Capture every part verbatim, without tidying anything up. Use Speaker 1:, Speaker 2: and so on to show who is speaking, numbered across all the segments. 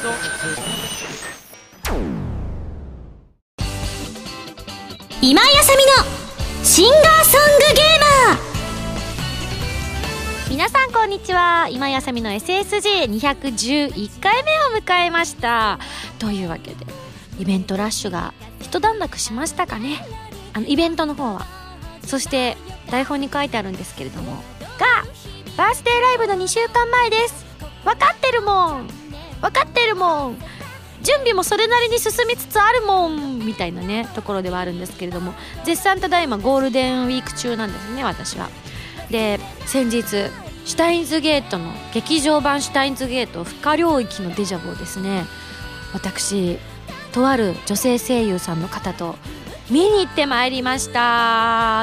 Speaker 1: 今井あさみのシンガーソングゲーマー。皆さんこんにちは。今井あさみの エスエスジェーにひゃくじゅういっかいめを迎えました。というわけでイベントラッシュが一段落しましたかね。あのイベントの方は、そして台本に書いてあるんですけれども、がバースデーライブのにしゅうかんまえです。分かってるもん分かってるもん準備もそれなりに進みつつあるもんみたいなねところではあるんですけれども、絶賛ただいまゴールデンウィーク中なんですね、私は。で、先日シュタインズゲートの劇場版シュタインズゲート不可領域のデジャブをですね、私とある女性声優さんの方と見に行ってまいりました。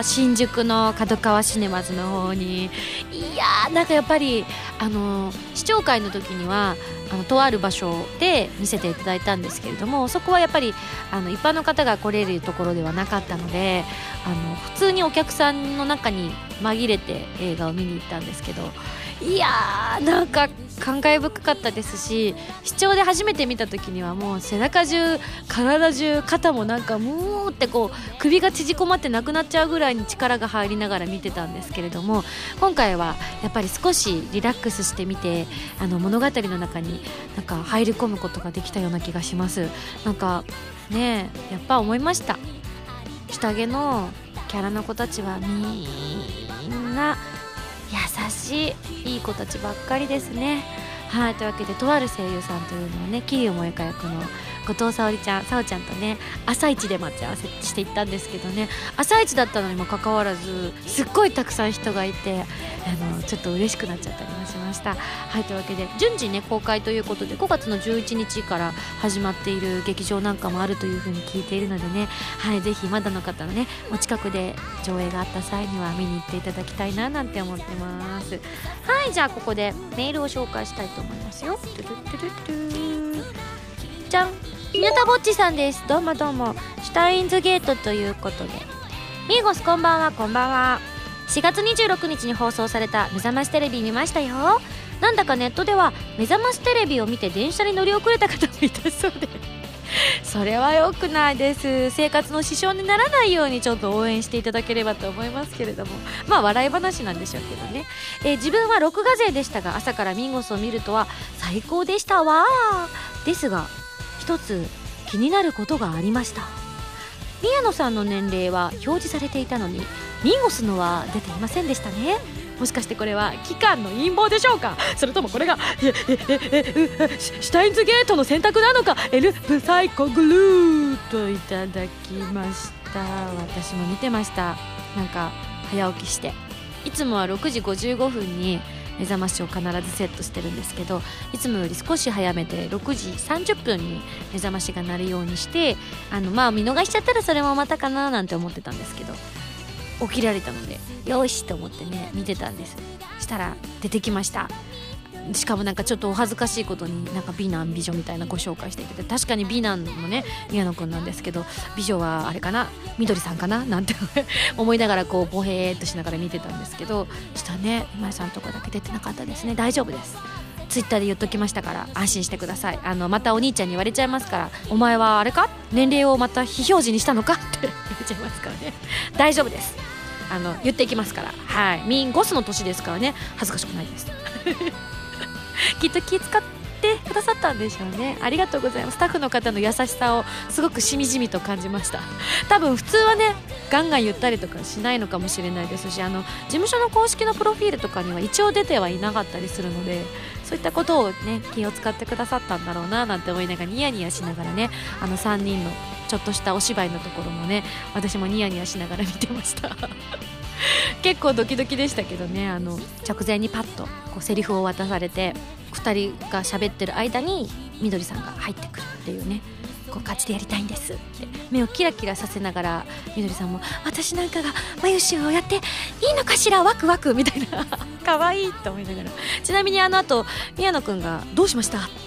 Speaker 1: 新宿の角川シネマズの方に。いやー、なんかやっぱりあの視聴会の時にはあのとある場所で見せていただいたんですけれども、そこはやっぱりあの一般の方が来れるところではなかったので、あの普通にお客さんの中に紛れて映画を見に行ったんですけど、いやー、なんか感慨深かったですし、視聴で初めて見た時にはもう背中中体中肩もなんかムーってこう首が縮こまってなくなっちゃうぐらいに力が入りながら見てたんですけれども、今回はやっぱり少しリラックスしてみて、あの物語の中になんか入り込むことができたような気がします。なんかね、やっぱ思いました。下着のキャラの子たちはみんな優しいいい子たちばっかりですね。はい、というわけでとある声優さんというのはね、桐生萌香役の後藤沙織ちゃん、さおちゃんとね朝一で待ち合わせしていったんですけどね、朝一だったのにもかかわらずすっごいたくさん人がいて、あのちょっと嬉しくなっちゃったりもしました。はい、というわけで順次ね公開ということでごがつのじゅういちにちから始まっている劇場なんかもあるというふうに聞いているのでね、はい、ぜひまだの方のねお近くで上映があった際には見に行っていただきたいななんて思ってます。はい、じゃあここでメールを紹介したいと思いますよ。トゥルトゥルトゥじゃん、ひなたぼっちさんです。どうもどうも。シュタインズゲートということで、ミーゴスこんばんは。こんばんは。しがつにじゅうろくにちに放送された目覚ましテレビ見ましたよ。なんだかネットでは目覚ましテレビを見て電車に乗り遅れた方もいたそうでそれは良くないです。生活の支障にならないようにちょっと応援していただければと思いますけれども、まあ笑い話なんでしょうけどね。えー、自分は録画勢でしたが朝からミンゴスを見るとは最高でしたわ。ですが一つ気になることがありました。宮野さんの年齢は表示されていたのにミンゴスのは出ていませんでしたね。もしかしてこれは期間の陰謀でしょうか、それともこれがええええシュタインズゲートの選択なのか。エルプサイコグルーといただきました。私も見てました。なんか早起きして、いつもはろくじごじゅうごふんに目覚ましを必ずセットしてるんですけど、いつもより少し早めでろくじさんじゅっぷんに目覚ましが鳴るようにして、あのまあ見逃しちゃったらそれもまたかななんて思ってたんですけど、起きられたのでよしと思ってね見てたんです。したら出てきました。しかもなんかちょっとお恥ずかしいことになんか美男美女みたいなご紹介していて、確かに美男のね宮野くんなんですけど、美女はあれかな、みどりさんかななんて思いながらこうボヘーっとしながら見てたんですけど、したらね今井さんとかだけ出てなかったですね。大丈夫です、ツイッターで言っときましたから安心してください。あのまたお兄ちゃんに言われちゃいますから、お前はあれか年齢をまた非表示にしたのかって言われちゃいますからね。大丈夫です、あの言っていきますから。はい、ミンゴスの年ですからね、恥ずかしくないですきっと気遣ってくださったんでしょうね。ありがとうございます。スタッフの方の優しさをすごくしみじみと感じました。多分普通はねガンガン言ったりとかしないのかもしれないですし、あの事務所の公式のプロフィールとかには一応出てはいなかったりするので、そういったことをね気を使ってくださったんだろうななんて思いながらニヤニヤしながらね、あのさんにんのちょっとしたお芝居のところもね私もニヤニヤしながら見てました結構ドキドキでしたけどね、あの直前にパッとこうセリフを渡されてふたりが喋ってる間にみどりさんが入ってくるっていうね、こう感じでやりたいんですって目をキラキラさせながら、みどりさんも私なんかが眉シをやっていいのかしらワクワクみたいな可愛いと思いながら。ちなみにあの後宮野くんがどうしましたって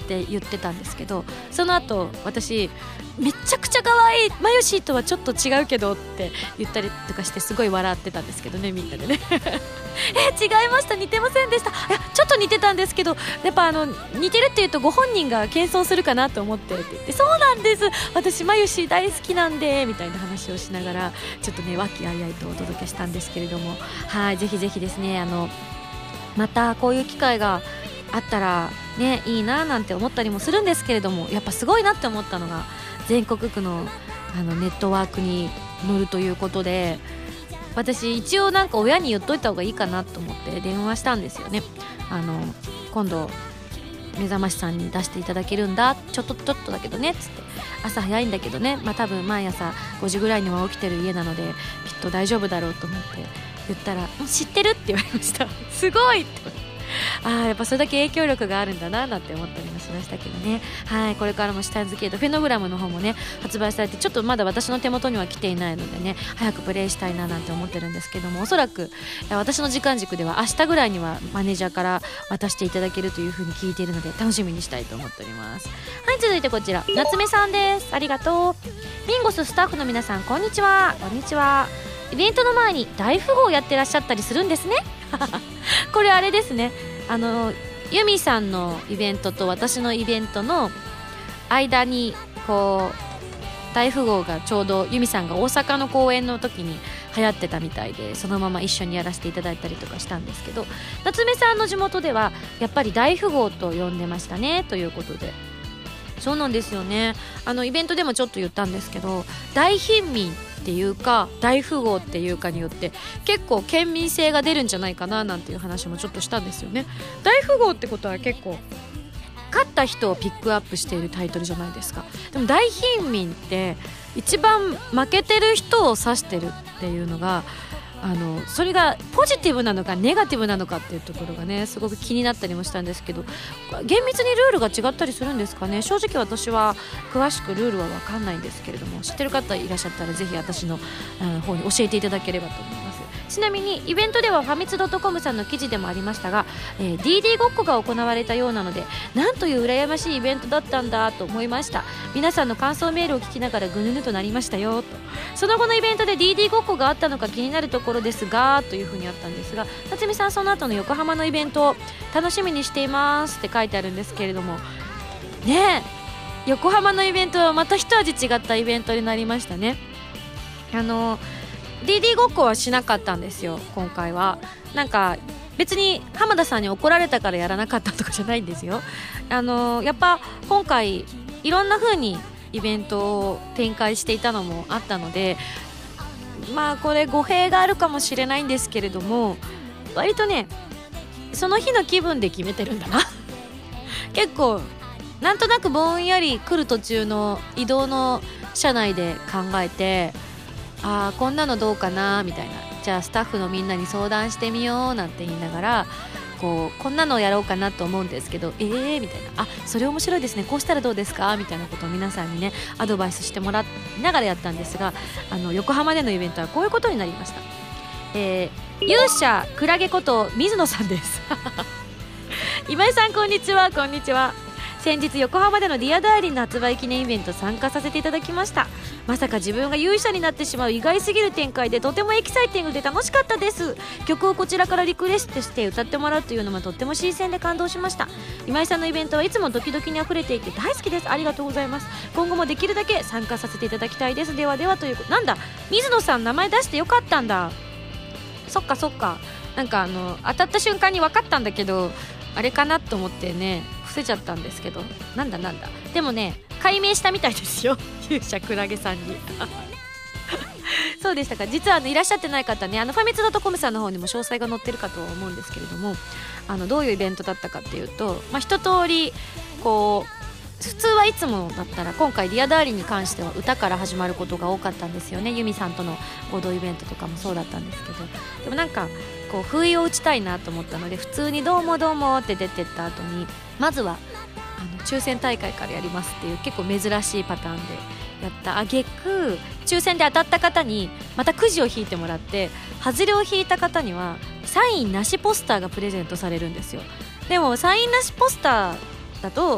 Speaker 1: って言ってたんですけど、その後私めちゃくちゃ可愛いマヨシーとはちょっと違うけどって言ったりとかしてすごい笑ってたんですけどね、みんなでねえ違いました、似てませんでした、いやちょっと似てたんですけど、やっぱあの似てるっていうとご本人が謙遜するかなと思ってって言って、そうなんです、私マヨシー大好きなんでみたいな話をしながらちょっとね和気あいあいとお届けしたんですけれども、はい、ぜひぜひですね、あのまたこういう機会があったらねいいななんて思ったりもするんですけれども、やっぱすごいなって思ったのが全国区のあのネットワークに乗るということで、私一応なんか親に言っといた方がいいかなと思って電話したんですよね。あの今度目覚ましさんに出していただけるんだ、ちょっとちょっとだけどねっつって、朝早いんだけどね、まあ多分毎朝ごじぐらいには起きてる家なのできっと大丈夫だろうと思って言ったら、知ってるって言われましたすごいってあーやっぱそれだけ影響力があるんだななんて思ったりもしましたけどね。はい、これからもシュタインズゲートフェノグラムの方もね発売されて、ちょっとまだ私の手元には来ていないのでね早くプレイしたいななんて思ってるんですけども、おそらく私の時間軸では明日ぐらいにはマネージャーから渡していただけるという風に聞いているので楽しみにしたいと思っております。はい、続いてこちら夏目さんです。ありがとう。ミンゴススタッフの皆さんこんにちは。こんにちは。イベントの前に大富豪をやってらっしゃったりするんですねこれあれですね、あのユミさんのイベントと私のイベントの間にこう大富豪がちょうどユミさんが大阪の公演の時に流行ってたみたいで、そのまま一緒にやらせていただいたりとかしたんですけど、夏目さんの地元ではやっぱり大富豪と呼んでましたねということで、そうなんですよね。あのイベントでもちょっと言ったんですけど、大貧民っていうか大富豪っていうかによって結構県民性が出るんじゃないかななんていう話もちょっとしたんですよね。大富豪ってことは結構勝った人をピックアップしているタイトルじゃないですか。でも大貧民って一番負けてる人を指してるっていうのが、あのそれがポジティブなのかネガティブなのかっていうところがねすごく気になったりもしたんですけど、厳密にルールが違ったりするんですかね。正直私は詳しくルールは分かんないんですけれども、知ってる方いらっしゃったらぜひ私の、うん、方に教えていただければと思います。ちなみにイベントではファミツ .com さんの記事でもありましたが、えー、ディーディー ごっこが行われたようなので、なんという羨ましいイベントだったんだと思いました。皆さんの感想メールを聞きながらぐぬぬとなりましたよと。その後のイベントで ディーディー ごっこがあったのか気になるところですがというふうにあったんですが、夏美さんその後の横浜のイベントを楽しみにしていますって書いてあるんですけれどもね、え横浜のイベントはまた一味違ったイベントになりましたね。あのディーディー ごっこはしなかったんですよ今回は。なんか別に浜田さんに怒られたからやらなかったとかじゃないんですよ。あのやっぱ今回いろんな風にイベントを展開していたのもあったので、まあこれ語弊があるかもしれないんですけれども、割とねその日の気分で決めてるんだな結構なんとなくぼんやり来る途中の移動の車内で考えて、あーこんなのどうかなみたいな、じゃあスタッフのみんなに相談してみようなんて言いながらこうこんなのをやろうかなと思うんですけど、えーみたいな、あそれ面白いですね、こうしたらどうですかみたいなことを皆さんにねアドバイスしてもらいながらやったんですが、あの横浜でのイベントはこういうことになりました。えー、勇者クラゲこと水野さんです今井さんこんにちは。こんにちは。先日横浜でのディアダイリーの発売記念イベント参加させていただきました。まさか自分が勇者になってしまう意外すぎる展開でとてもエキサイティングで楽しかったです。曲をこちらからリクエストして歌ってもらうというのもとっても新鮮で感動しました。今井さんのイベントはいつもドキドキにあふれていて大好きです。ありがとうございます。今後もできるだけ参加させていただきたいです。ではではという、なんだ水野さん名前出してよかったんだ。そっかそっか、なんかあの当たった瞬間に分かったんだけどあれかなと思ってね伏せちゃったんですけど、なんだなんだ、でもね解明したみたいですよ勇者クラゲさんにそうでしたか。実はあのいらっしゃってない方ね、あのファミツ .com さんの方にも詳細が載ってるかとは思うんですけれども、あのどういうイベントだったかっていうと、まあ、一通りこう普通はいつもだったら今回ディアダーリンに関しては歌から始まることが多かったんですよね。ユミさんとの合同イベントとかもそうだったんですけど、でもなんかこう不意を打ちたいなと思ったので普通にどうもどうもって出てった後にまずはあの抽選大会からやりますっていう結構珍しいパターンでやった挙句、抽選で当たった方にまたくじを引いてもらって、外れを引いた方にはサインなしポスターがプレゼントされるんですよ。でもサインなしポスターだと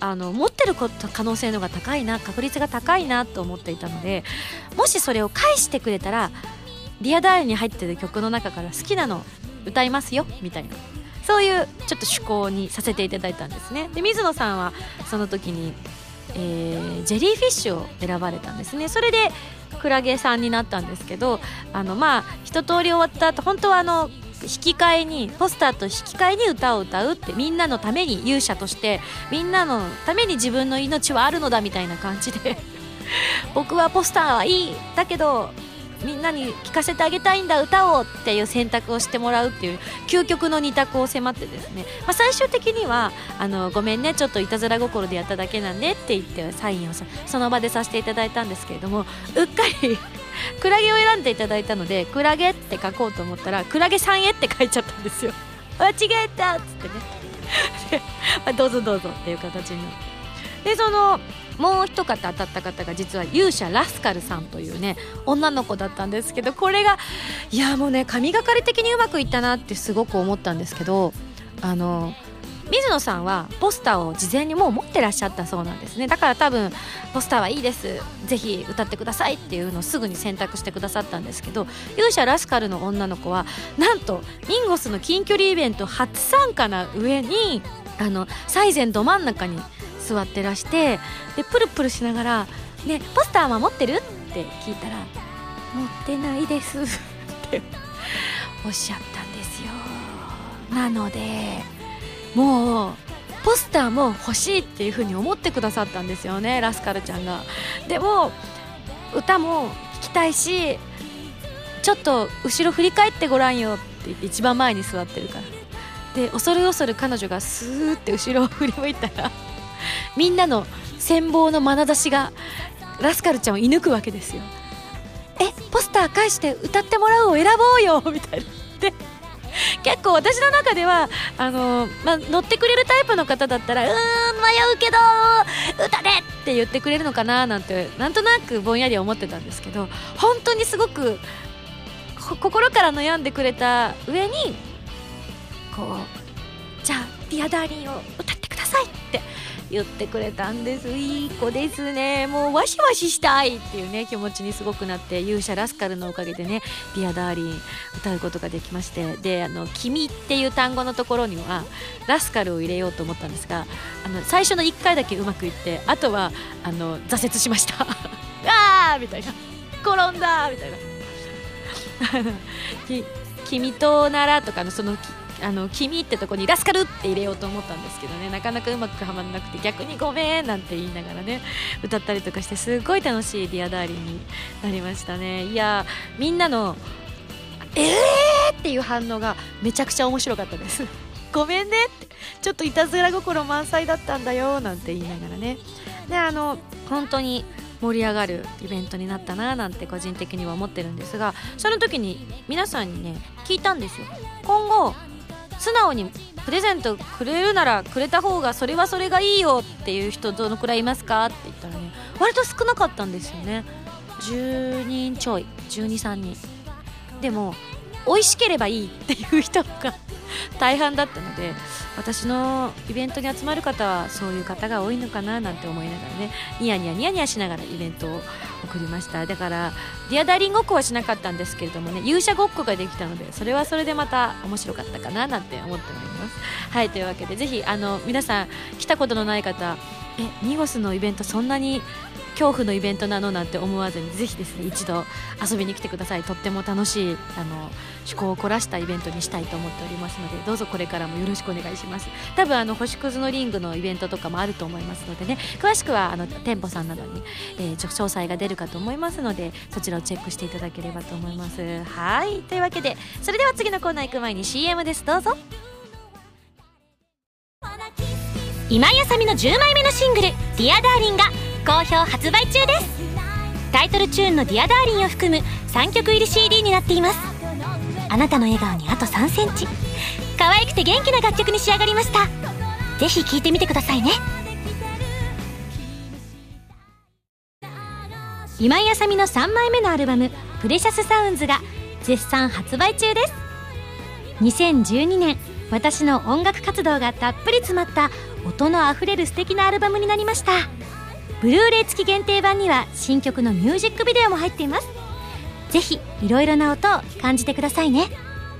Speaker 1: あの持ってること可能性の方が高いな、確率が高いなと思っていたので、もしそれを返してくれたらディアダーリンに入ってる曲の中から好きなの歌いますよみたいな、そういうちょっと趣向にさせていただいたんですね。で水野さんはその時に、えー、ジェリーフィッシュを選ばれたんですね。それでクラゲさんになったんですけど、あのまあ一通り終わった後、本当はあの引き換えにポスターと引き換えに歌を歌うって、みんなのために勇者としてみんなのために自分の命はあるのだみたいな感じで僕はポスターはいいだけどみんなに聴かせてあげたいんだ歌をっていう選択をしてもらうっていう究極の二択を迫ってですね、まあ、最終的にはあのごめんねちょっといたずら心でやっただけなんでって言ってサインをさその場でさせていただいたんですけれども、うっかりクラゲを選んでいただいたのでクラゲって書こうと思ったらクラゲさんへって書いちゃったんですよ。間違えたっつってねで、まあ、どうぞどうぞっていう形になって、でそのもう一方当たった方が実は勇者ラスカルさんというね女の子だったんですけど、これがいやもうね神がかり的にうまくいったなってすごく思ったんですけど、あの水野さんはポスターを事前にもう持ってらっしゃったそうなんですね。だから多分ポスターはいいですぜひ歌ってくださいっていうのをすぐに選択してくださったんですけど、勇者ラスカルの女の子はなんとミンゴスの近距離イベント初参加な上にあの最前ど真ん中に座ってらして、でプルプルしながら、ね、ポスターは持ってるって聞いたら持ってないですっておっしゃったんですよ。なのでもうポスターも欲しいっていう風に思ってくださったんですよね、ラスカルちゃんが。でも歌も聴きたいしちょっと後ろ振り返ってごらんよって言って一番前に座ってるから、で恐る恐る彼女がスーって後ろを振り向いたらみんなの羨望の眼差しがラスカルちゃんを射抜くわけですよ。えポスター返して歌ってもらうを選ぼうよみたいな。で結構私の中ではあの、まあ、乗ってくれるタイプの方だったらうーん迷うけど歌でって言ってくれるのかななんてなんとなくぼんやり思ってたんですけど、本当にすごく心から悩んでくれた上にこうじゃあディアダーリンを歌ってくださいって言ってくれたんです。いい子ですね。もうワシワシしたいっていうね気持ちにすごくなって、勇者ラスカルのおかげでねディアダーリン歌うことができまして、であの君っていう単語のところにはラスカルを入れようと思ったんですが、あの最初のいっかいだけうまくいって、あとはあの挫折しましたあーみたいな、転んだみたいなき君とならとかのそのあの君ってとこにラスカルって入れようと思ったんですけどね、なかなかうまくはまらなくて逆にごめんなんて言いながらね歌ったりとかして、すごい楽しいディアダーリンになりましたね。いやみんなのえーっていう反応がめちゃくちゃ面白かったですごめんねってちょっといたずら心満載だったんだよなんて言いながらね、であの本当に盛り上がるイベントになったななんて個人的には思ってるんですが、その時に皆さんにね聞いたんですよ。今後素直にプレゼントくれるならくれた方がそれはそれがいいよっていう人どのくらいいますかって言ったらね割と少なかったんですよね。じゅうにんちょいじゅうに、さんにんでも美味しければいいっていう人が大半だったので、私のイベントに集まる方はそういう方が多いのかななんて思いながらねニヤニヤニヤニヤしながらイベントを送りました。だからディアダーリンごっこはしなかったんですけれどもね勇者ごっこができたのでそれはそれでまた面白かったかななんて思っております。はいというわけでぜひあの皆さん来たことのない方えミゴスのイベントそんなに恐怖のイベントなのなんて思わずにぜひですね一度遊びに来てください。とっても楽しいあの趣向を凝らしたイベントにしたいと思っておりますのでどうぞこれからもよろしくお願いします。多分あの星屑のリングのイベントとかもあると思いますのでね詳しくはあの店舗さんなどに、えー、詳細が出るかと思いますのでそちらをチェックしていただければと思います。はいというわけでそれでは次のコーナー行く前に シーエム です。どうぞ。
Speaker 2: 今井あさみのじゅうまいめのシングル「ディアダーリンが好評発売中です。タイトルチューンの「ディアダーリンを含むさんきょく入り シーディー になっています。あなたの笑顔にあとさんセンチ、可愛くて元気な楽曲に仕上がりました。ぜひ聴いてみてくださいね。今井あさみのさんまいめのアルバム「プレシャスサウンズが絶賛発売中です。にせんじゅうにねん私の音楽活動がたっぷり詰まった音のあふれる素敵なアルバムになりました。ブルーレイ付き限定版には新曲のミュージックビデオも入っています。ぜひいろいろな音を感じてくださいね。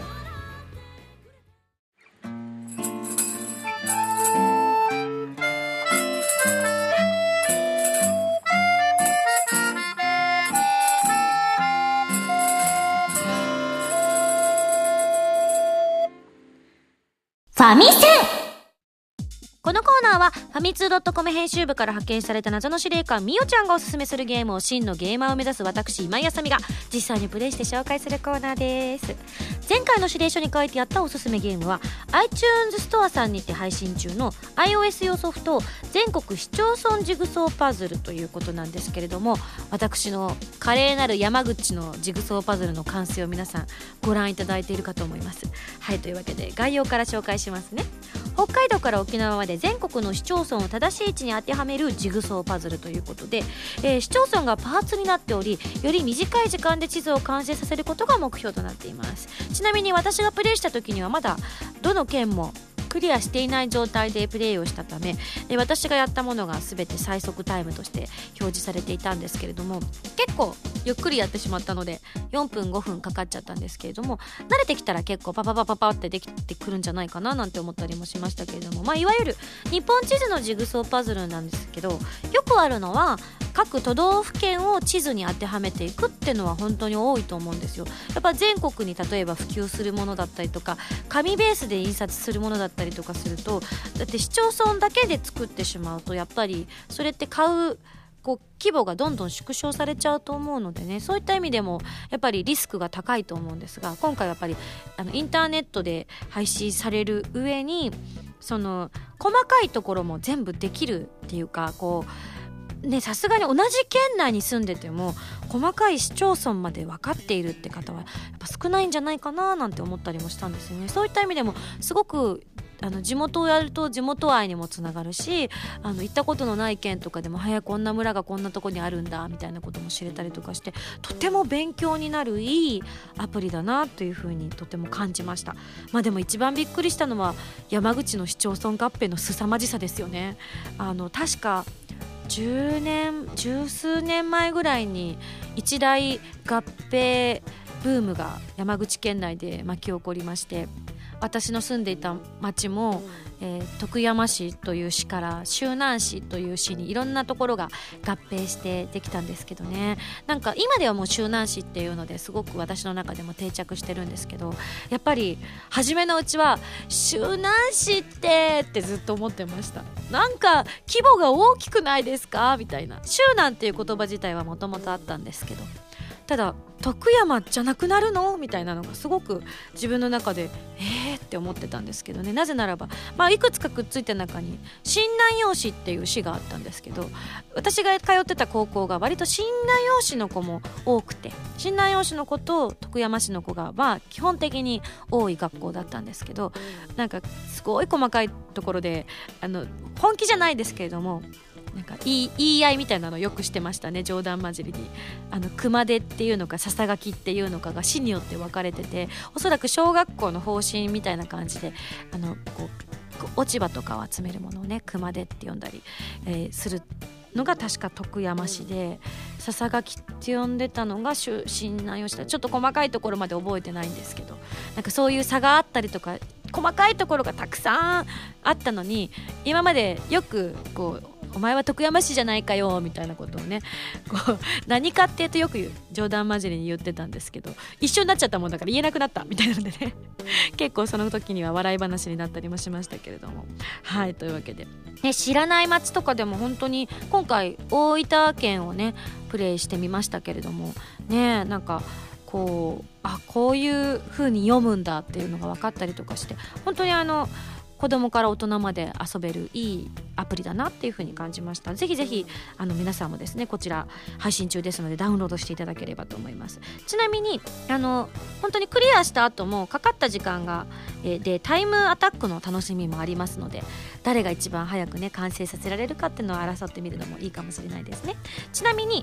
Speaker 1: ファミセン。このコーナーはファミツー .com 編集部から派遣された謎の司令官みおちゃんがおすすめするゲームを真のゲーマーを目指す私今井あさみが実際にプレイして紹介するコーナーです。前回の指令書に書いてあったおすすめゲームは iTunes ストアさんにて配信中の iOS 用ソフト全国市町村ジグソーパズルということなんですけれども、私の華麗なる山口のジグソーパズルの完成を皆さんご覧いただいているかと思います。はい、というわけで概要から紹介しますね。北海道から沖縄まで全国の市町村を正しい位置に当てはめるジグソーパズルということで、えー、市町村がパーツになっており、より短い時間で地図を完成させることが目標となっています。ちなみに私がプレイした時にはまだどの県もクリアしていない状態でプレイをしたため、え私がやったものが全て最速タイムとして表示されていたんですけれども、結構ゆっくりやってしまったのでよんぷんごふんかかっちゃったんですけれども、慣れてきたら結構パパパパパってできてくるんじゃないかななんて思ったりもしましたけれども、まあ、いわゆる日本地図のジグソーパズルなんですけど、よくあるのは各都道府県を地図に当てはめていくっていうのは本当に多いと思うんですよ。やっぱ全国に例えば普及するものだったりとか、紙ベースで印刷するものだったりとかすると、だって市町村だけで作ってしまうとやっぱりそれって買うこう規模がどんどん縮小されちゃうと思うのでね、そういった意味でもやっぱりリスクが高いと思うんですが、今回やっぱりあのインターネットで配信される上にその細かいところも全部できるっていうか、こうね、さすがに同じ県内に住んでても細かい市町村まで分かっているって方はやっぱ少ないんじゃないかななんて思ったりもしたんですよね。そういった意味でもすごくあの地元をやると地元愛にもつながるし、あの行ったことのない県とかでも早くこんな村がこんなとこにあるんだみたいなことも知れたりとかして、とても勉強になるいいアプリだなというふうにとても感じました。まあでも一番びっくりしたのは山口の市町村合併の凄まじさですよね。あの確かじゅうねん十数年前ぐらいに一大合併ブームが山口県内で巻き起こりまして、私の住んでいた町も、えー、徳山市という市から周南市という市にいろんなところが合併してできたんですけどね、なんか今ではもう周南市っていうのですごく私の中でも定着してるんですけど、やっぱり初めのうちは周南市ってってずっと思ってました。なんか規模が大きくないですかみたいな。周南っていう言葉自体はもともとあったんですけど、ただ徳山じゃなくなるのみたいなのがすごく自分の中でえーって思ってたんですけどね。なぜならば、まあ、いくつかくっついた中に新南陽市っていう市があったんですけど、私が通ってた高校が割と新南陽市の子も多くて、新南陽市の子と徳山市の子がまあ基本的に多い学校だったんですけど、なんかすごい細かいところであの本気じゃないですけれどもなんか言い、言い合いみたいなのをよくしてましたね。冗談交じりにあの熊手っていうのかささがきっていうのかが市によって分かれてて、おそらく小学校の方針みたいな感じであのこう落ち葉とかを集めるものをね熊手って呼んだり、えー、するのが確か徳山市で、ささがきって呼んでたのが新南陽市だ。ちょっと細かいところまで覚えてないんですけど、なんかそういう差があったりとか細かいところがたくさんあったのに、今までよくこうお前は徳山市じゃないかよみたいなことをねこう何かっていうとよく冗談交じりに言ってたんですけど、一緒になっちゃったもんだから言えなくなったみたいなのでね結構その時には笑い話になったりもしましたけれども、はい、というわけで、ね、知らない町とかでも本当に今回大分県をねプレイしてみましたけれどもね、なんかこうあこういう風に読むんだっていうのが分かったりとかして、本当にあの子供から大人まで遊べるいいアプリだなっていう風に感じました。ぜひぜひあの皆さんもですねこちら配信中ですのでダウンロードしていただければと思います。ちなみにあの本当にクリアした後もかかった時間が、えー、でタイムアタックの楽しみもありますので、誰が一番早くね完成させられるかっていうのを争ってみるのもいいかもしれないですね。ちなみに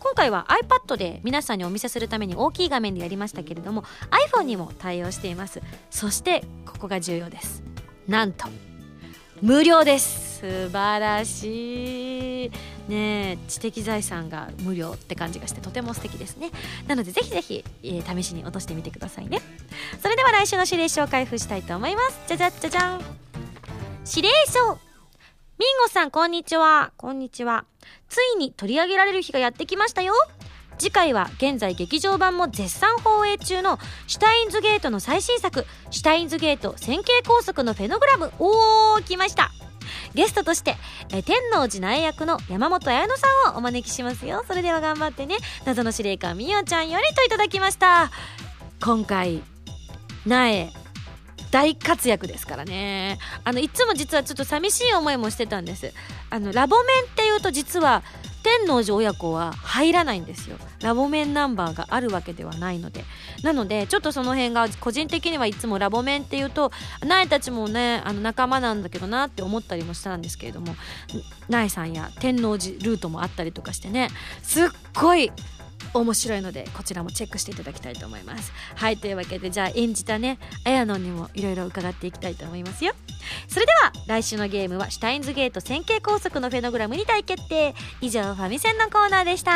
Speaker 1: 今回は iPad で皆さんにお見せするために大きい画面でやりましたけれども iPhone にも対応しています。そしてここが重要です。なんと無料です。素晴らしいねえ、知的財産が無料って感じがしてとても素敵ですね。なのでぜひぜひ、えー、試しに落としてみてくださいね。それでは来週の指令書を開封したいと思います。じゃじゃじゃじゃん。指令書。ミンゴさんこんにちは。こんにちは。ついに取り上げられる日がやってきましたよ。次回は現在劇場版も絶賛放映中のシュタインズゲートの最新作、シュタインズゲート線形拘束のフェノグラム。おー、来ました。ゲストとしてえ天王寺苗役の山本彩乃さんをお招きしますよ。それでは頑張ってね。謎の司令官みおちゃんよりといただきました。今回苗大活躍ですからね。あのいつも実はちょっと寂しい思いもしてたんです。あのラボメンっていうと実は天王寺親子は入らないんですよ。ラボメンナンバーがあるわけではないので。なのでちょっとその辺が個人的にはいつもラボメンっていうと苗たちもねあの仲間なんだけどなって思ったりもしたんですけれども、苗さんや天王寺ルートもあったりとかしてね、すっごい面白いのでこちらもチェックしていただきたいと思います。はい、というわけでじゃあ演じたね綾野にもいろいろ伺っていきたいと思いますよ。それでは来週のゲームはシュタインズゲート線形拘束のフェノグラムに大決定。以上ファミセンのコーナーでした。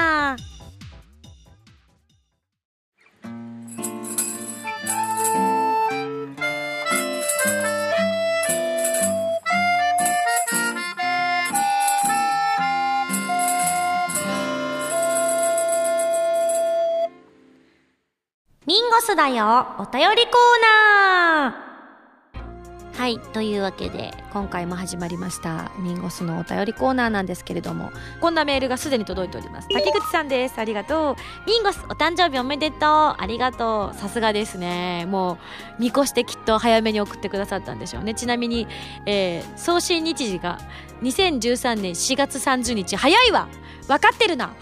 Speaker 1: ミンゴスだよお便りコーナー。はい、というわけで今回も始まりましたミンゴスのお便りコーナーなんですけれども、こんなメールがすでに届いております。滝口さんです。ありがとう。ミンゴスお誕生日おめでとう。ありがとう。さすがですね。もう見越してきっと早めに送ってくださったんでしょうね。ちなみに、えー、送信日時がにせんじゅうさんねんしがつさんじゅうにち。早いわ、分かってるな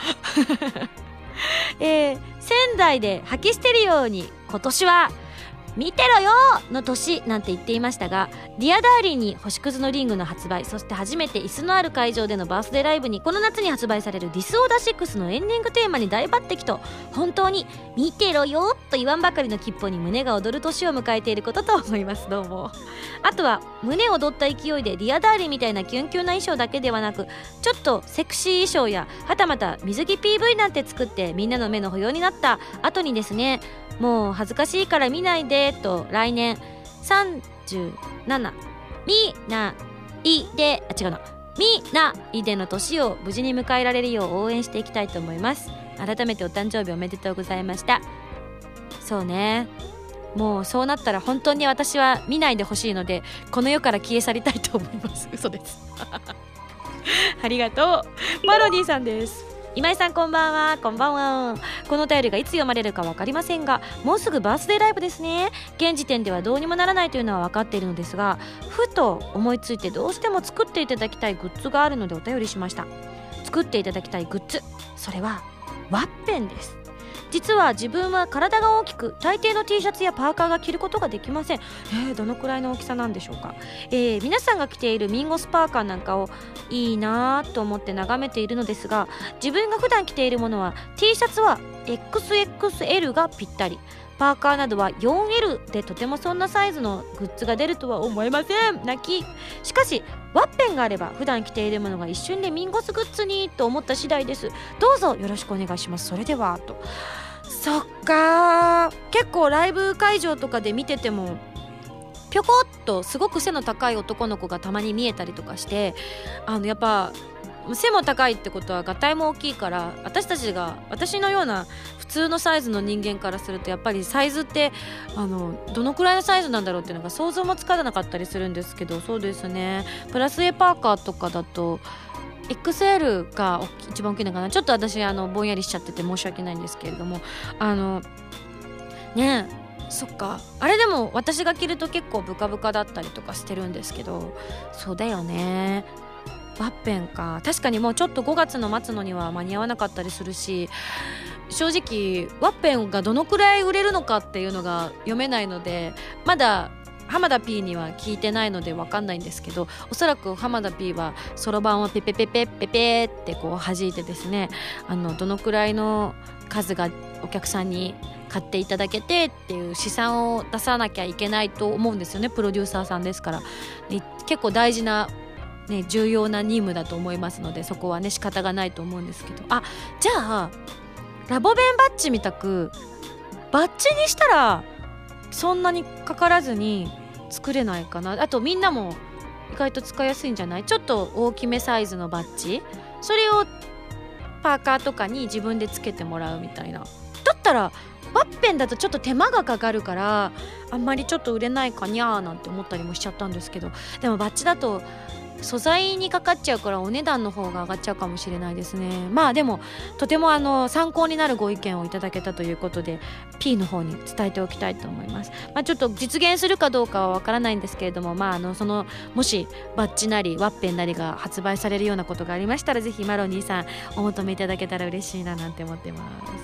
Speaker 1: えー、仙台で吐き捨てるように今年は見てろよの年なんて言っていましたが、ディアダーリンに星屑のリングの発売、そして初めて椅子のある会場でのバースデーライブにこの夏に発売されるディスオーダーシックスのエンディングテーマに大抜擢と、本当に見てろよと言わんばかりの吉報に胸が躍る年を迎えていることと思います。どうも。あとは胸躍った勢いでディアダーリンみたいなキュンキュンな衣装だけではなく、ちょっとセクシー衣装やはたまた水着 ピーブイ なんて作ってみんなの目の保養になった後にですね、もう恥ずかしいから見ないでと来年さんじゅうななみないであ違うなみないでの年を無事に迎えられるよう応援していきたいと思います。改めてお誕生日おめでとうございました。そうね、もうそうなったら本当に私は見ないでほしいのでこの世から消え去りたいと思います。嘘ですありがとう。マロディさんです。今井さんこんばんは。こんばんは。このお便りがいつ読まれるか分かりませんが、もうすぐバースデーライブですね。現時点ではどうにもならないというのは分かっているのですが、ふと思いついてどうしても作っていただきたいグッズがあるのでお便りしました。作っていただきたいグッズ、それはワッペンです。実は自分は体が大きく大抵の T シャツやパーカーが着ることができません。えー、どのくらいの大きさなんでしょうか。えー、皆さんが着ているミンゴスパーカーなんかをいいなと思って眺めているのですが、自分が普段着ているものは T シャツは エックスエックスエル がぴったり、パーカーなどは よんエル でとてもそんなサイズのグッズが出るとは思えません。泣き。しかしワッペンがあれば普段着ているものが一瞬でミンゴスグッズにと思った次第です。どうぞよろしくお願いします。それではと。そっかー、結構ライブ会場とかで見ててもぴょこっとすごく背の高い男の子がたまに見えたりとかして、あのやっぱ背も高いってことはがたいも大きいから、私たちが私のような普通のサイズの人間からするとやっぱりサイズってあのどのくらいのサイズなんだろうっていうのが想像もつかなかったりするんですけど、そうですね、プラス A パーカーとかだとエックスエル が一番大きいのかな。ちょっと私あのぼんやりしちゃってて申し訳ないんですけれども、あのねえ、そっか、あれでも私が着ると結構ブカブカだったりとかしてるんですけど、そうだよね、ワッペンか。確かにもうちょっとごがつの末のには間に合わなかったりするし、正直ワッペンがどのくらい売れるのかっていうのが読めないので、まだ浜田 P には聞いてないので分かんないんですけど、おそらく浜田 P はそろばんをペペペペペペってこう弾いてですね、あのどのくらいの数がお客さんに買っていただけてっていう試算を出さなきゃいけないと思うんですよね。プロデューサーさんですから、ね、結構大事な、ね、重要な任務だと思いますので、そこはね仕方がないと思うんですけど、あ、じゃあラボ弁バッジみたくバッジにしたらそんなにかからずに作れないかな。あとみんなも意外と使いやすいんじゃない？ちょっと大きめサイズのバッジ、それをパーカーとかに自分でつけてもらうみたいな。だったらワッペンだとちょっと手間がかかるからあんまりちょっと売れないかにゃーなんて思ったりもしちゃったんですけど、でもバッジだと素材にかかっちゃうからお値段の方が上がっちゃうかもしれないですね。まあでもとてもあの参考になるご意見をいただけたということで P の方に伝えておきたいと思います。まあ、ちょっと実現するかどうかはわからないんですけれども、まあ、あのそのもしバッジなりワッペンなりが発売されるようなことがありましたら、ぜひマロニーさんお求めいただけたら嬉しいななんて思ってます。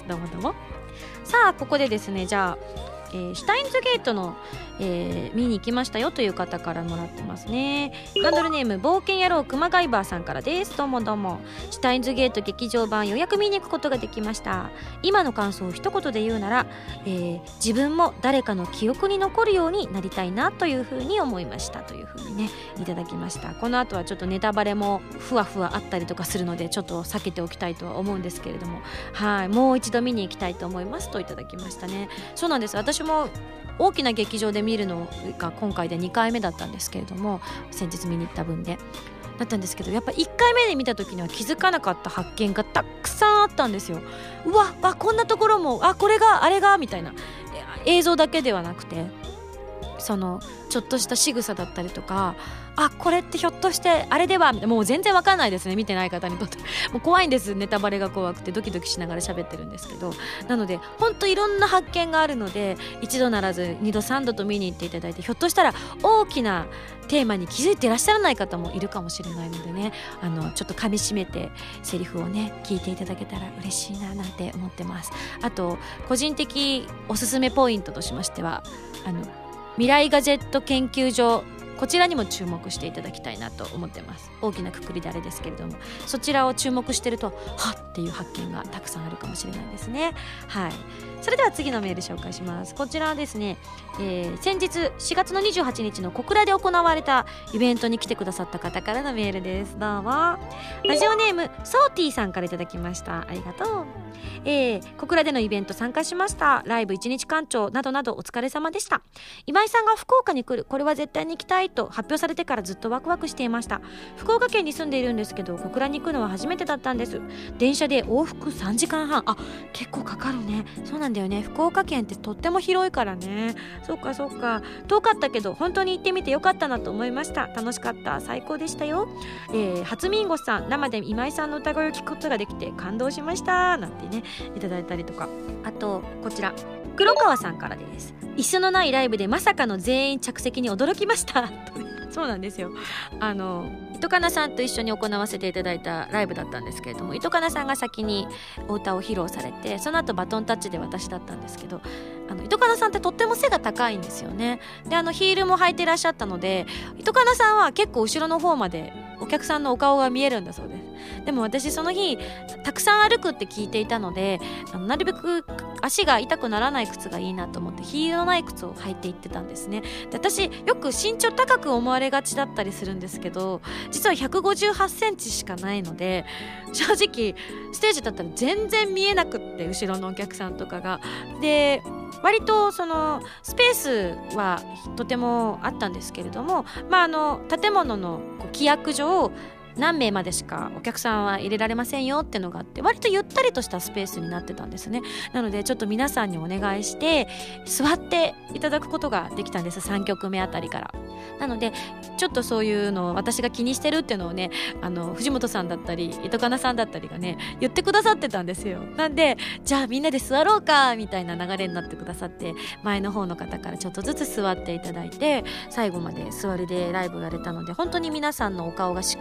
Speaker 1: どうもどうも。さあここでですね、じゃあえー、シュタインズゲートの、えー、見に行きましたよという方からもらってますね。ハンドルネーム冒険野郎クマガイバーさんからです。どうもどうも。シュタインズゲート劇場版予約見に行くことができました。今の感想を一言で言うなら、えー、自分も誰かの記憶に残るようになりたいなというふうに思いましたというふうにねいただきました。この後はちょっとネタバレもふわふわあったりとかするのでちょっと避けておきたいとは思うんですけれども、はい、もう一度見に行きたいと思いますといただきましたね。そうなんです。私も大きな劇場で見るのが今回でにかいめだったんですけれども、先日見に行った分でだったんですけど、やっぱいっかいめで見た時には気づかなかった発見がたくさんあったんですよ。うわあ、こんなところも、あ、これがあれがみたいな、映像だけではなくてそのちょっとした仕草だったりとか、あ、これってひょっとしてあれでは、もう全然わかんないですね、見てない方にとって。もう怖いんです、ネタバレが怖くてドキドキしながら喋ってるんですけど、なので本当いろんな発見があるので、一度ならず二度三度と見に行っていただいて、ひょっとしたら大きなテーマに気づいていらっしゃらない方もいるかもしれないのでね、あのちょっと噛み締めてセリフをね聞いていただけたら嬉しいななんて思ってます。あと個人的おすすめポイントとしましては、あの未来ガジェット研究所、こちらにも注目していただきたいなと思ってます。大きなくくりであれですけれども、そちらを注目してるとはっっていう発見がたくさんあるかもしれないですね。はい、それでは次のメール紹介します。こちらはですね、えー、先日しがつのにじゅうはちにちの小倉で行われたイベントに来てくださった方からのメールです。どうも。ラジオネームソーティーさんからいただきました。ありがとう。えー、小倉でのイベント参加しました。ライブいちにち館長などなどお疲れ様でした。今井さんが福岡に来る、これは絶対に行きたいと発表されてからずっとワクワクしていました。福岡県に住んでいるんですけど、小倉に行くのは初めてだったんです。電車で往復さんじかんはん、あ、結構かかるね。そうなんだよね、福岡県ってとっても広いからね。そうかそうか、遠かったけど本当に行ってみてよかったなと思いました。楽しかった、最高でしたよ。えー、初ミンゴさん、生で今井さんの歌声を聞くことができて感動しましたなんてねいただいたりとか、あとこちら黒川さんからです。椅子のないライブでまさかの全員着席に驚きましたそうなんですよ。あの糸かなさんと一緒に行わせていただいたライブだったんですけれども、糸かなさんが先にお歌を披露されて、その後バトンタッチで私だったんですけど、あの糸かなさんってとっても背が高いんですよね。で、あのヒールも履いてらっしゃったので、糸かなさんは結構後ろの方までお客さんのお顔が見えるんだそうです。でも私その日たくさん歩くって聞いていたので、あのなるべく足が痛くならない靴がいいなと思ってヒールのない靴を履いていってたんですね。で、私よく身長高く思われがちだったりするんですけど、実はひゃくごじゅうはちセンチしかないので、正直ステージだったら全然見えなくって、後ろのお客さんとかが。で、割とそのスペースはとてもあったんですけれども、まあ、あの建物のこう規約上何名までしかお客さんは入れられませんよってのがあって、割とゆったりとしたスペースになってたんですね。なのでちょっと皆さんにお願いして座っていただくことができたんです、さんきょくめあたりから。なのでちょっとそういうのを私が気にしてるっていうのをね、あの藤本さんだったり糸かなさんだったりがね言ってくださってたんですよ。なんでじゃあみんなで座ろうかみたいな流れになってくださって、前の方の方からちょっとずつ座っていただいて、最後まで座りでライブをやれたので、本当に皆さんのお顔がしっかり見え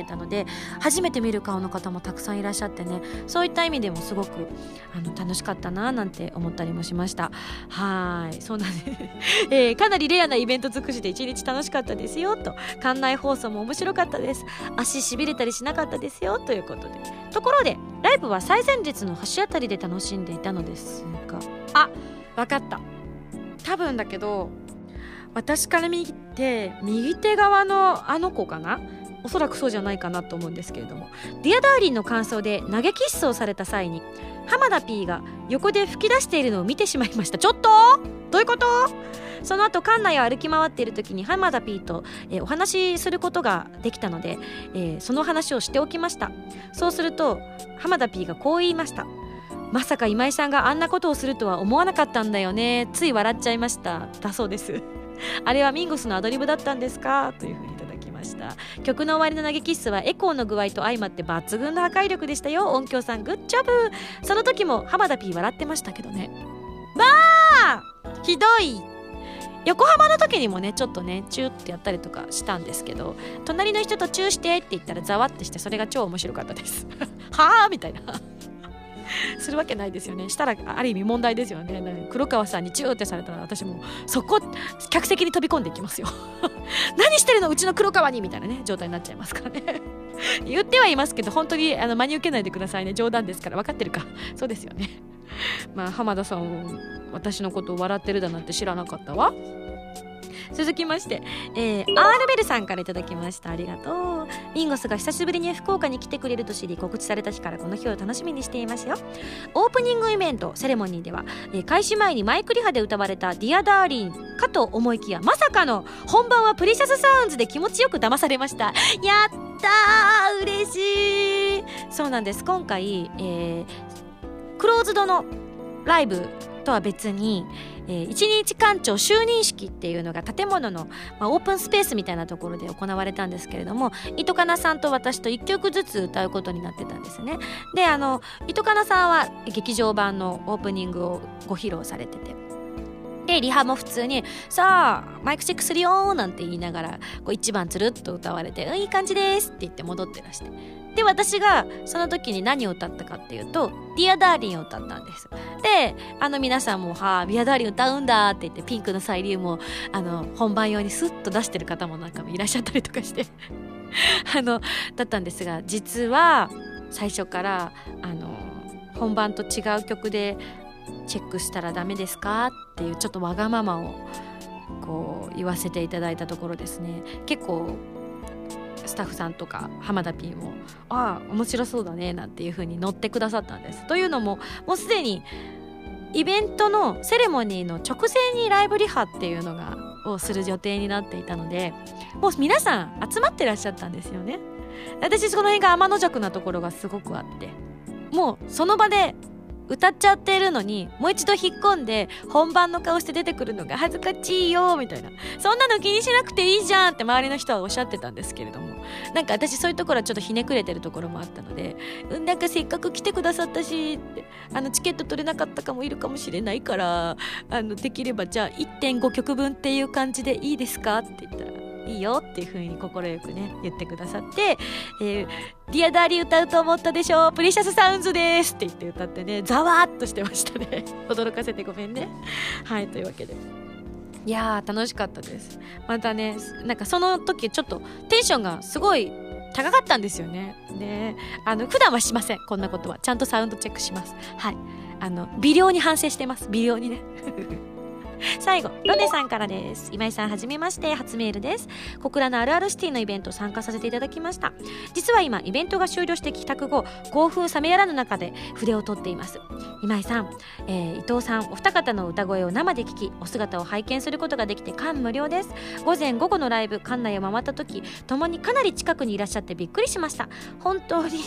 Speaker 1: えたので、初めて見る顔の方もたくさんいらっしゃってね、そういった意味でもすごくあの楽しかったななんて思ったりもしました。はい、そうなんで、えー、かなりレアなイベント尽くしで一日楽しかったですよと、館内放送も面白かったです、足しびれたりしなかったですよということで、ところでライブは最前列の橋あたりで楽しんでいたのですが、あ、わかった、多分だけど私から見て右手側のあの子かな、おそらくそうじゃないかなと思うんですけれども、ディアダーリンの感想で投げキッスをされた際に浜田 P が横で吹き出しているのを見てしまいました。ちょっとどういうこと？その後館内を歩き回っている時に浜田 P と、えー、お話しすることができたので、えー、その話をしておきました。そうすると浜田 P がこう言いました。まさか今井さんがあんなことをするとは思わなかったんだよね、つい笑っちゃいましただそうです。あれはミンゴスのアドリブだったんですか、というふうにいただきました。曲の終わりの投げキッスはエコーの具合と相まって抜群の破壊力でしたよ。音響さんグッジョブ。その時も浜田 P 笑ってましたけどね。まあひどい。横浜の時にもねちょっとねチューってやったりとかしたんですけど、隣の人とチューしてって言ったらざわってして、それが超面白かったですはぁみたいなするわけないですよね。したらある意味問題ですよね。なんか黒川さんにチューってされたら私もそこ客席に飛び込んでいきますよ何してるのうちの黒川にみたいなね状態になっちゃいますからね言ってはいますけど本当にあの真に受けないでくださいね、冗談ですから。分かってるか。そうですよね。まあ浜田さん私のことを笑ってるだなんて知らなかったわ。続きまして、えー、アールベルさんからいただきました。ありがとう。ミンゴスが久しぶりに福岡に来てくれると知り、告知された日からこの日を楽しみにしていますよ。オープニングイベントセレモニーでは、えー、開始前にマイクリハで歌われたディアダーリンかと思いきや、まさかの本番はプレシャスサウンズで気持ちよく騙されました。やったー、嬉しい。そうなんです。今回、えー、クローズドのライブとは別に、えー、一日館長就任式っていうのが建物の、まあ、オープンスペースみたいなところで行われたんですけれども、糸かなさんと私といっきょくずつ歌うことになってたんですね。で、あの糸かなさんは劇場版のオープニングをご披露されてて、でリハも普通にさあマイクチェックするよーなんて言いながらこういちばんつるっと歌われて、うん、いい感じですって言って戻ってらして、で私がその時に何を歌ったかっていうとディアダーリンを歌ったんです。であの皆さんもはあディアダーリン歌うんだって言って、ピンクのサイリウムをあの本番用にスッと出してる方もなんかもいらっしゃったりとかしてあのだったんですが、実は最初からあの本番と違う曲でチェックしたらダメですかっていうちょっとわがままをこう言わせていただいたところですね、結構スタッフさんとか浜田 P もああ面白そうだねなんていう風に乗ってくださったんです。というのももうすでにイベントのセレモニーの直前にライブリハっていうのがをする予定になっていたので、もう皆さん集まってらっしゃったんですよね。私その辺が天の弱なところがすごくあって、もうその場で歌っちゃっているのにもう一度引っ込んで本番の顔して出てくるのが恥ずかしいよみたいな、そんなの気にしなくていいじゃんって周りの人はおっしゃってたんですけれども、なんか私そういうところはちょっとひねくれてるところもあったので、なんかせっかく来てくださったしって、あのチケット取れなかったかもいるかもしれないから、あのできればじゃあ いってんご 曲分っていう感じでいいですかって言ったらいいよっていう風に快くね言ってくださって、えー、ディアダーリー歌うと思ったでしょ、プレシャスサウンズですって言って歌ってね、ざわっとしてましたね驚かせてごめんね。はい、というわけでいやー楽しかったです。またね、なんかその時ちょっとテンションがすごい高かったんですよね。ね、あの普段はしません、こんなことはちゃんとサウンドチェックします。はい、あの微量に反省してます、微量にね最後ロネさんからです。今井さんはじめまして、初メールです。小倉のあるあるシティのイベント参加させていただきました。実は今イベントが終了して帰宅後、興奮冷めやらぬ中で筆を取っています。今井さん、えー、伊藤さんお二方の歌声を生で聞き、お姿を拝見することができて感無量です。午前午後のライブ館内を回った時、共にかなり近くにいらっしゃってびっくりしました。本当に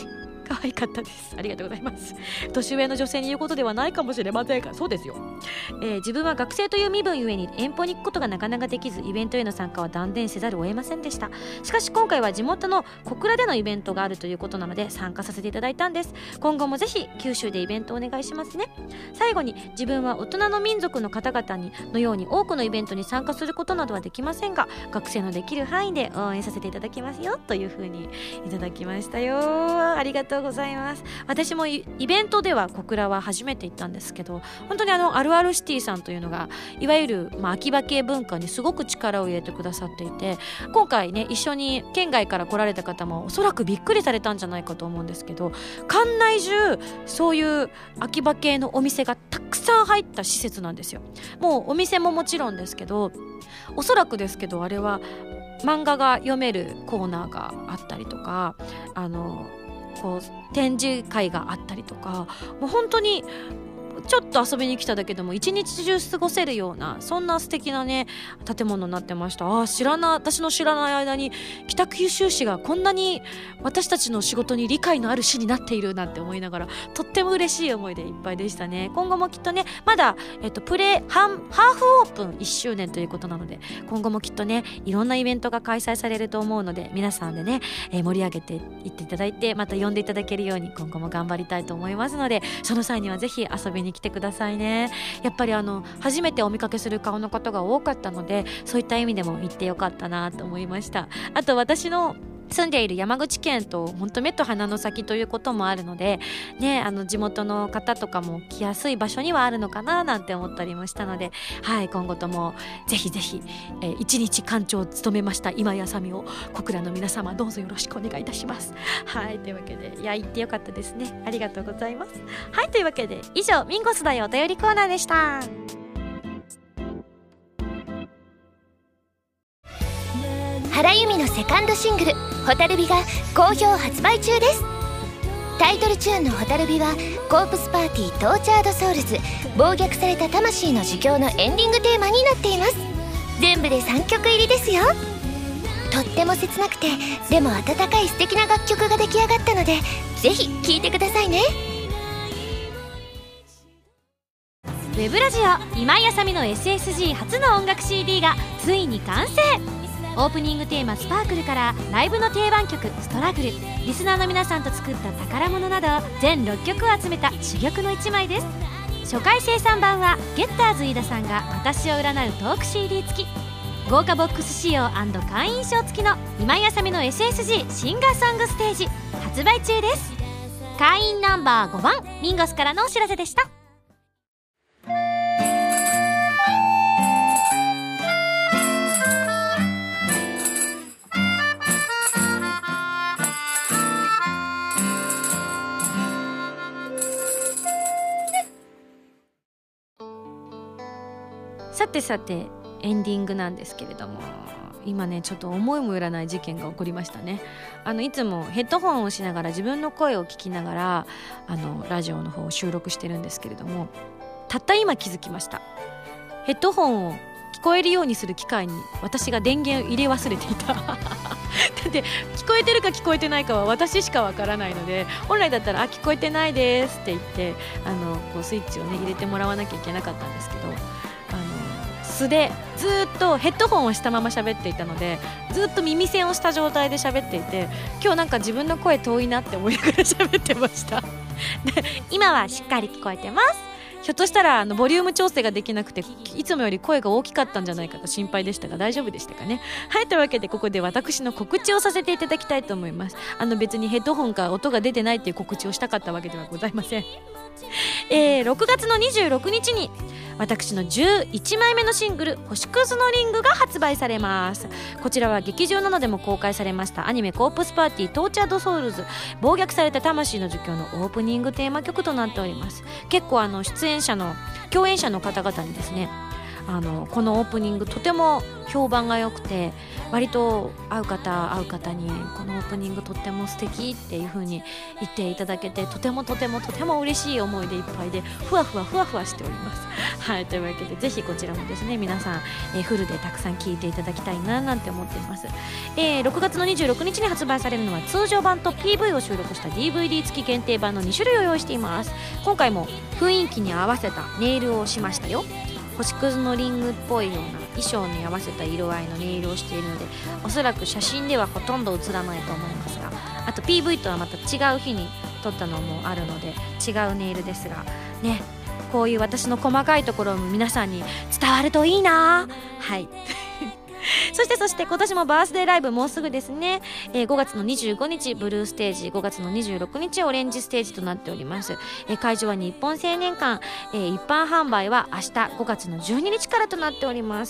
Speaker 1: 可愛かったです。ありがとうございます。年上の女性に言うことではないかもしれませんが、そうですよ、えー、自分は学生という身分ゆえに遠方に行くことがなかなかできず、イベントへの参加は断念せざるを得ませんでした。しかし今回は地元の小倉でのイベントがあるということなので参加させていただいたんです。今後もぜひ九州でイベントお願いしますね。最後に、自分は大人の民族の方々にのように多くのイベントに参加することなどはできませんが、学生のできる範囲で応援させていただきますよ、というふうにいただきましたよ。ありがとうございます。私もイベントでは小倉は初めて行ったんですけど、本当にあのあるあるシティさんというのがいわゆる、まあ、秋葉系文化にすごく力を入れてくださっていて、今回ね一緒に県外から来られた方もおそらくびっくりされたんじゃないかと思うんですけど、館内中そういう秋葉系のお店がたくさん入った施設なんですよ。もうお店ももちろんですけど、おそらくですけどあれは漫画が読めるコーナーがあったりとか、あのこう展示会があったりとか、もう本当にちょっと遊びに来ただけでも一日中過ごせるような、そんな素敵なね建物になってました。あ、知らない私の知らない間に北九州市がこんなに私たちの仕事に理解のある市になっているなんて思いながら、とっても嬉しい思いでいっぱいでしたね。今後もきっとね、まだ、えっと、プレハンハーフオープンいっしゅうねんということなので、今後もきっとねいろんなイベントが開催されると思うので、皆さんでね、えー、盛り上げていっていただいて、また呼んでいただけるように今後も頑張りたいと思いますので、その際にはぜひ遊びに来てくださいね。やっぱりあの初めてお見かけする顔の方が多かったので、そういった意味でも行ってよかったなと思いました。あと私の住んでいる山口県と本当目と鼻の先ということもあるので、ね、あの地元の方とかも来やすい場所にはあるのかななんて思ったりもしたので、はい、今後ともぜひぜひ、えー、一日館長を務めました今井あさみを小倉の皆様どうぞよろしくお願いいたします。はい、というわけで、いや行ってよかったですね。ありがとうございます。はい、というわけで以上、ミンゴスだよお便りコーナーでした。
Speaker 2: 原由美のセカンドシングル「蛍火」が好評発売中です。タイトルチューンの「蛍火」はコープスパーティートーチャードソウルズ暴虐された魂の儒教のエンディングテーマになっています。全部でさんきょく入りですよ。とっても切なくてでも温かい素敵な楽曲が出来上がったので、ぜひ聴いてくださいね。
Speaker 1: ウェブラジオ今井あさみの エスエスジー 初の音楽 シーディー がついに完成。オープニングテーマ「スパークル」からライブの定番曲「ストラグル」、リスナーの皆さんと作った宝物など全ろっきょくを集めた珠玉のいちまいです。初回生産版はゲッターズ飯田さんが私を占うトーク シーディー 付き、豪華ボックス仕様&会員証付きの今井あさみの エスエスジー シンガーソングステージ発売中です。会員ナンバーごばん、ミンゴスからのお知らせでした。さてさてエンディングなんですけれども、今ねちょっと思いもよらない事件が起こりましたね。あのいつもヘッドホンをしながら自分の声を聞きながらあのラジオの方を収録してるんですけれども、たった今気づきました。ヘッドホンを聞こえるようにする機械に私が電源を入れ忘れていただって聞こえてるか聞こえてないかは私しかわからないので、本来だったらあ聞こえてないですって言ってあのこうスイッチをね入れてもらわなきゃいけなかったんですけど、素でずっとヘッドホンをしたまま喋っていたので、ずっと耳栓をした状態で喋っていて、今日なんか自分の声遠いなって思いながら喋ってましたで今はしっかり聞こえてます。ひょっとしたらあのボリューム調整ができなくていつもより声が大きかったんじゃないかと心配でしたが、大丈夫でしたかね。はい、というわけでここで私の告知をさせていただきたいと思います。あの別にヘッドホンから音が出てないっていう告知をしたかったわけではございませんえー、ろくがつのにじゅうろくにちに私のじゅういちまいめのシングル「星屑のリング」が発売されます。こちらは劇場などでも公開されましたアニメコープスパーティートーチャードソウルズ暴虐された魂の儒教のオープニングテーマ曲となっております。結構あの出演者の共演者の方々にですね、 あのこのオープニングとても評判が良くて、割と会う方会う方にこのオープニングとっても素敵っていう風に言っていただけて、とてもとてもとても嬉しい思いでいっぱいで、ふわふわふわふわしております。はい、というわけでぜひこちらもですね皆さん、えー、フルでたくさん聴いていただきたいななんて思っています。えー、ろくがつのにじゅうろくにちに発売されるのは通常版と ピーブイ を収録した ディーブイディー 付き限定版のにしゅるいを用意しています。今回も雰囲気に合わせたネイルをしましたよ。星屑のリングっぽいような衣装に合わせた色合いのネイルをしているので、おそらく写真ではほとんど映らないと思いますが、あと ピーブイ とはまた違う日に撮ったのもあるので違うネイルですがね、こういう私の細かいところも皆さんに伝わるといいな。はいそしてそして今年もバースデーライブもうすぐですね、えー、ごがつのにじゅうごにちブルーステージ、ごがつのにじゅうろくにちオレンジステージとなっております。えー、会場は日本青年館、えー、一般販売は明日ごがつのじゅうににちからとなっております。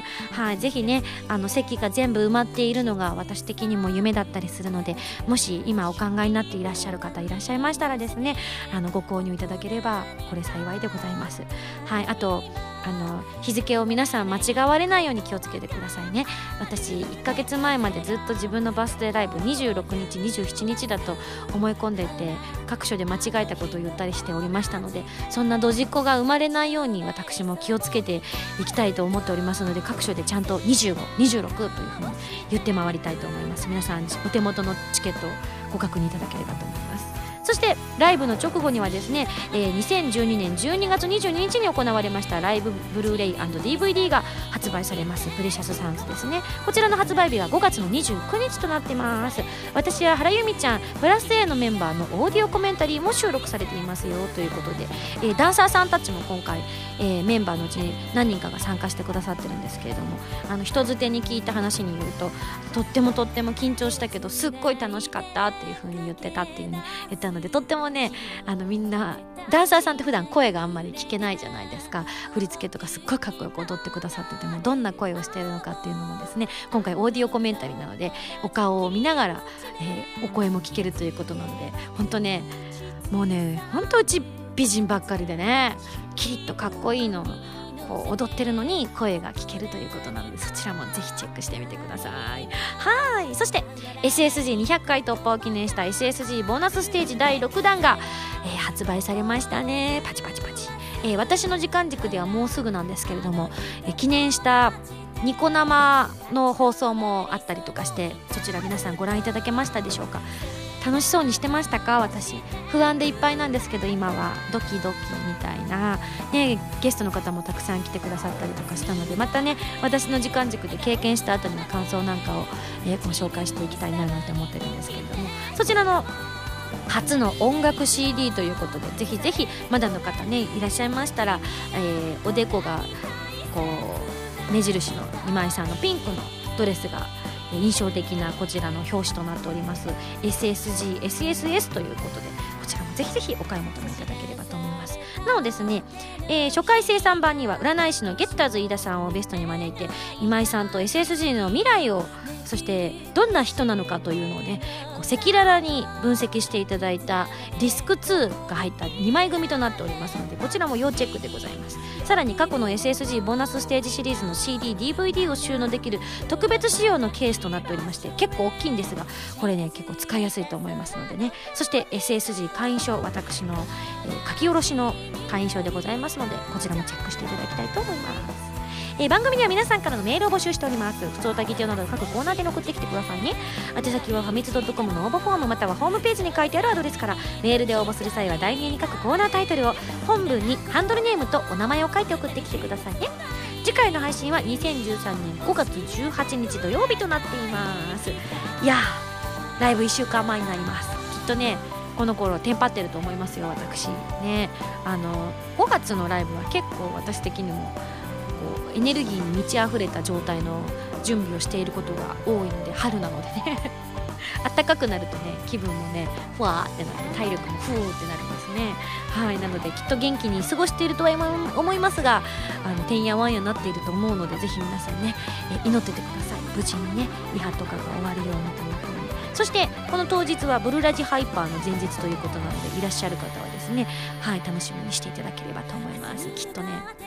Speaker 1: はい、ぜひねあの席が全部埋まっているのが私的にも夢だったりするので、もし今お考えになっていらっしゃる方いらっしゃいましたらですね、あのご購入いただければこれ幸いでございます。はい、あとあの日付を皆さん間違われないように気をつけてくださいね。私いっかげつまえまでずっと自分のバースデーライブにじゅうろくにちにじゅうしちにちだと思い込んでいて、各所で間違えたことを言ったりしておりましたので、そんなドジっ子が生まれないように私も気をつけていきたいと思っておりますので、各所でちゃんとにじゅうご、にじゅうろくというふうに言って回りたいと思います。皆さんお手元のチケットをご確認いただければと思います。そしてライブの直後にはですね、えー、にせんじゅうにねんじゅうにがつにじゅうににちに行われましたライブブルーレイ&ディーブイディー が発売されます。プレシャスサウンズですね。こちらの発売日はごがつのにじゅうくにちとなっています。私や原由美ちゃんプラス A のメンバーのオーディオコメンタリーも収録されていますよということで、えー、ダンサーさんたちも今回、えー、メンバーのうちに何人かが参加してくださってるんですけれども、あの人づてに聞いた話によると、とってもとっても緊張したけどすっごい楽しかったっていう風に言ってたっていう風に言ったので、とってもねあのみんなダンサーさんって普段声があんまり聞けないじゃないですか。振り付けとかすっごいかっこよく踊ってくださってても、どんな声をしているのかっていうのもですね今回オーディオコメンタリーなのでお顔を見ながら、えー、お声も聞けるということなので、本当ねもうね本当うち美人ばっかりでねキリッとかっこいいのこう踊ってるのに声が聞けるということなので、そちらもぜひチェックしてみてください。はい、そして エスエスジーにひゃっかい突破を記念した エスエスジー ボーナスステージだいろくだんが、えー、発売されましたね。パチパチパチ、えー、私の時間軸ではもうすぐなんですけれども、えー、記念したニコ生の放送もあったりとかして、そちら皆さんご覧いただけましたでしょうか。楽しそうにしてましたか？私不安でいっぱいなんですけど、今はドキドキみたいな、ね、ゲストの方もたくさん来てくださったりとかしたので、またね私の時間軸で経験した後にの感想なんかを、えー、ご紹介していきたいななんて思ってるんですけれども、そちらの初の音楽 シーディー ということで、ぜひぜひまだの方ねいらっしゃいましたら、えー、おでこがこう目印の今井さんのピンクのドレスが印象的なこちらの表紙となっております エスエスジーエスエスエス ということで、こちらもぜひぜひお買い求めいただければと思います。なおですね、えー、初回生産版には占い師のゲッターズ飯田さんをベストに招いて、今井さんと エスエスジー の未来を、そしてどんな人なのかというのをねこう赤裸々に分析していただいたディスクツーが入ったにまい組となっておりますので、こちらも要チェックでございます。さらに過去の エスエスジー ボーナスステージシリーズの シーディー、ディーブイディー を収納できる特別仕様のケースとなっておりまして、結構大きいんですがこれね結構使いやすいと思いますのでね。そして エスエスジー 会員証、私の、えー、書き下ろしの会員証でございますので、こちらもチェックしていただきたいと思います。えー、番組では皆さんからのメールを募集しております。普通歌議長など各コーナーで送ってきてくださいね。宛先はファミツ .com の応募フォームまたはホームページに書いてあるアドレスから、メールで応募する際は題名に書くコーナータイトルを、本文にハンドルネームとお名前を書いて送ってきてくださいね。次回の配信はにせんじゅうさんねんごがつじゅうはちにち土曜日となっています。いやーライブいっしゅうかんまえになります。きっとねこの頃テンパってると思いますよ私ね。あのごがつのライブは結構私的にもこうエネルギーに満ち溢れた状態の準備をしていることが多いので、春なのでね暖かくなるとね気分もねふわーってなって体力もふーってなりますね。はい、なのできっと元気に過ごしているとは思いますが、あのてんやわんやなっていると思うので、ぜひ皆さんねえ祈っててください。無事にねリハとかが終わるようにというふうに。そしてこの当日はブルラジハイパーの前日ということなので、いらっしゃる方はですね、はい、楽しみにしていただければと思います。きっとね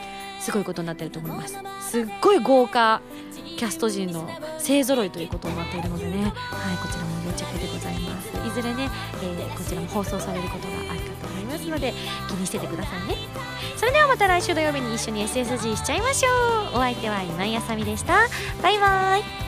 Speaker 1: すごいことになってると思います。すっごい豪華キャスト陣の勢ぞろいということになっているのでね、はい、こちらも要チェックでございます。いずれね、えー、こちらも放送されることがあるかと思いますので気にしててくださいね。それではまた来週土曜日に一緒に エスエスジー しちゃいましょう。お相手は今井あさみでした。バイバイ。